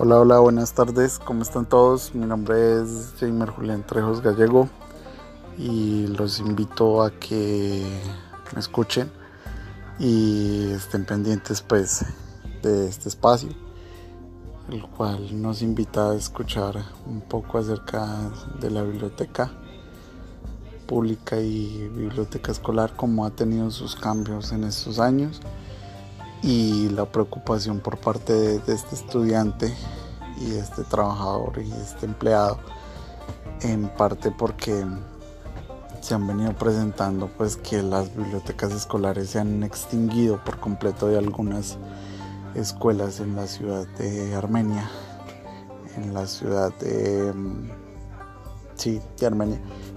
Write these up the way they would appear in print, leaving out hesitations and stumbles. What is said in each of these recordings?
Hola, hola, buenas tardes, ¿cómo están todos? Mi nombre es Jamer Julián Trejos Gallego y los invito a que me escuchen y estén pendientes pues de este espacio, el cual nos invita a escuchar un poco acerca de la biblioteca pública y biblioteca escolar, cómo ha tenido sus cambios en estos años y la preocupación por parte de este estudiante y este trabajador y este empleado, en parte porque se han venido presentando pues que las bibliotecas escolares se han extinguido por completo de algunas escuelas en la ciudad de Armenia, en la ciudad de Armenia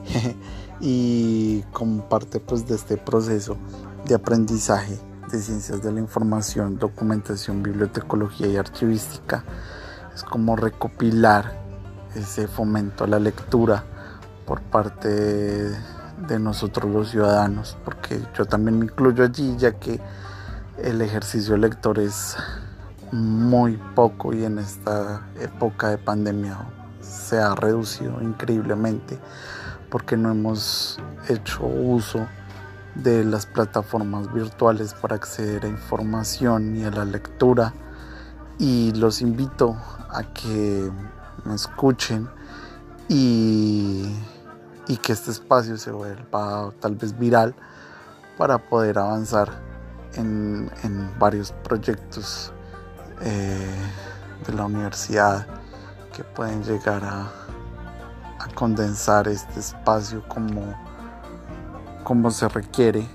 y como parte pues de este proceso de aprendizaje de ciencias de la información, documentación, bibliotecología y archivística, es como recopilar ese fomento a la lectura por parte de nosotros los ciudadanos, porque yo también me incluyo allí, ya que el ejercicio lector es muy poco y en esta época de pandemia se ha reducido increíblemente porque no hemos hecho uso de las plataformas virtuales para acceder a información y a la lectura. Y los invito a que me escuchen y que este espacio se vuelva tal vez viral para poder avanzar en varios proyectos de la universidad que pueden llegar a condensar este espacio como se requiere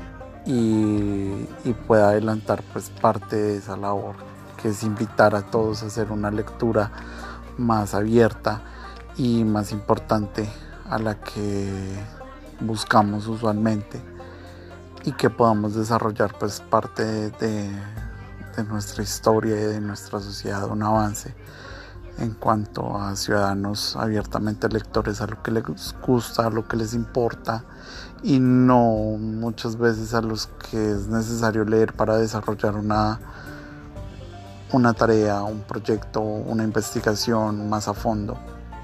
y pueda adelantar pues parte de esa labor, que es invitar a todos a hacer una lectura más abierta y más importante a la que buscamos usualmente, y que podamos desarrollar pues parte de nuestra historia y de nuestra sociedad, un avance en cuanto a ciudadanos abiertamente lectores, a lo que les gusta, a lo que les importa, y no muchas veces a los que es necesario leer para desarrollar una tarea, un proyecto, una investigación más a fondo.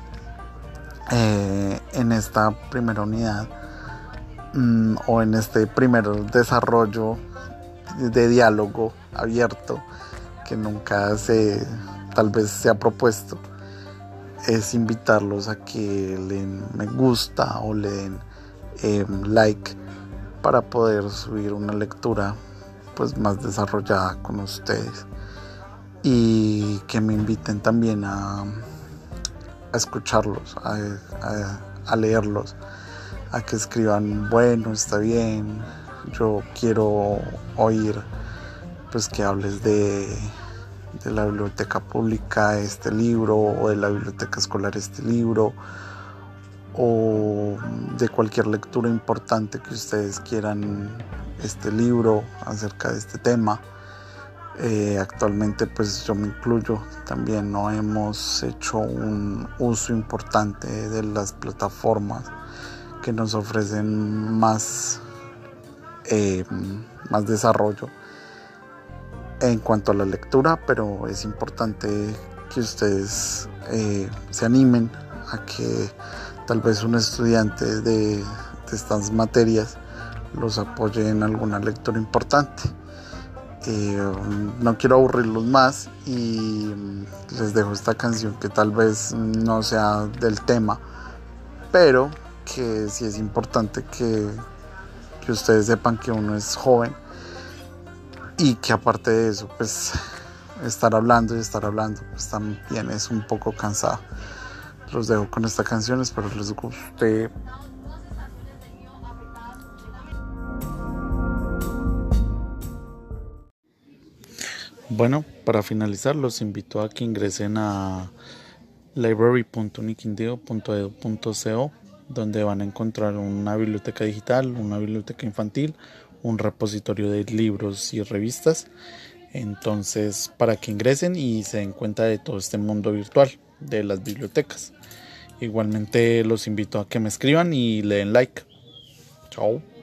En esta primera unidad o en este primer desarrollo de diálogo abierto que nunca tal vez se ha propuesto, es invitarlos a que le den me gusta o le den like para poder subir una lectura pues más desarrollada con ustedes, y que me inviten también a escucharlos, a leerlos, a que escriban, bueno, está bien, yo quiero oír pues que hables de la biblioteca pública este libro, o de la biblioteca escolar este libro, o de cualquier lectura importante que ustedes quieran este libro acerca de este tema. Actualmente pues yo me incluyo también, no hemos hecho un uso importante de las plataformas que nos ofrecen más desarrollo en cuanto a la lectura, pero es importante que ustedes se animen a que tal vez un estudiante de estas materias los apoye en alguna lectura importante. No quiero aburrirlos más y les dejo esta canción que tal vez no sea del tema, pero que sí es importante que ustedes sepan que uno es joven y que aparte de eso pues estar hablando pues también es un poco cansado. Los dejo con esta canción, espero les guste. Bueno, para finalizar los invito a que ingresen a library.unicquindío.edu.co, donde van a encontrar una biblioteca digital, una biblioteca infantil, un repositorio de libros y revistas. Entonces, para que ingresen y se den cuenta de todo este mundo virtual de las bibliotecas. Igualmente los invito a que me escriban y le den like. Chao.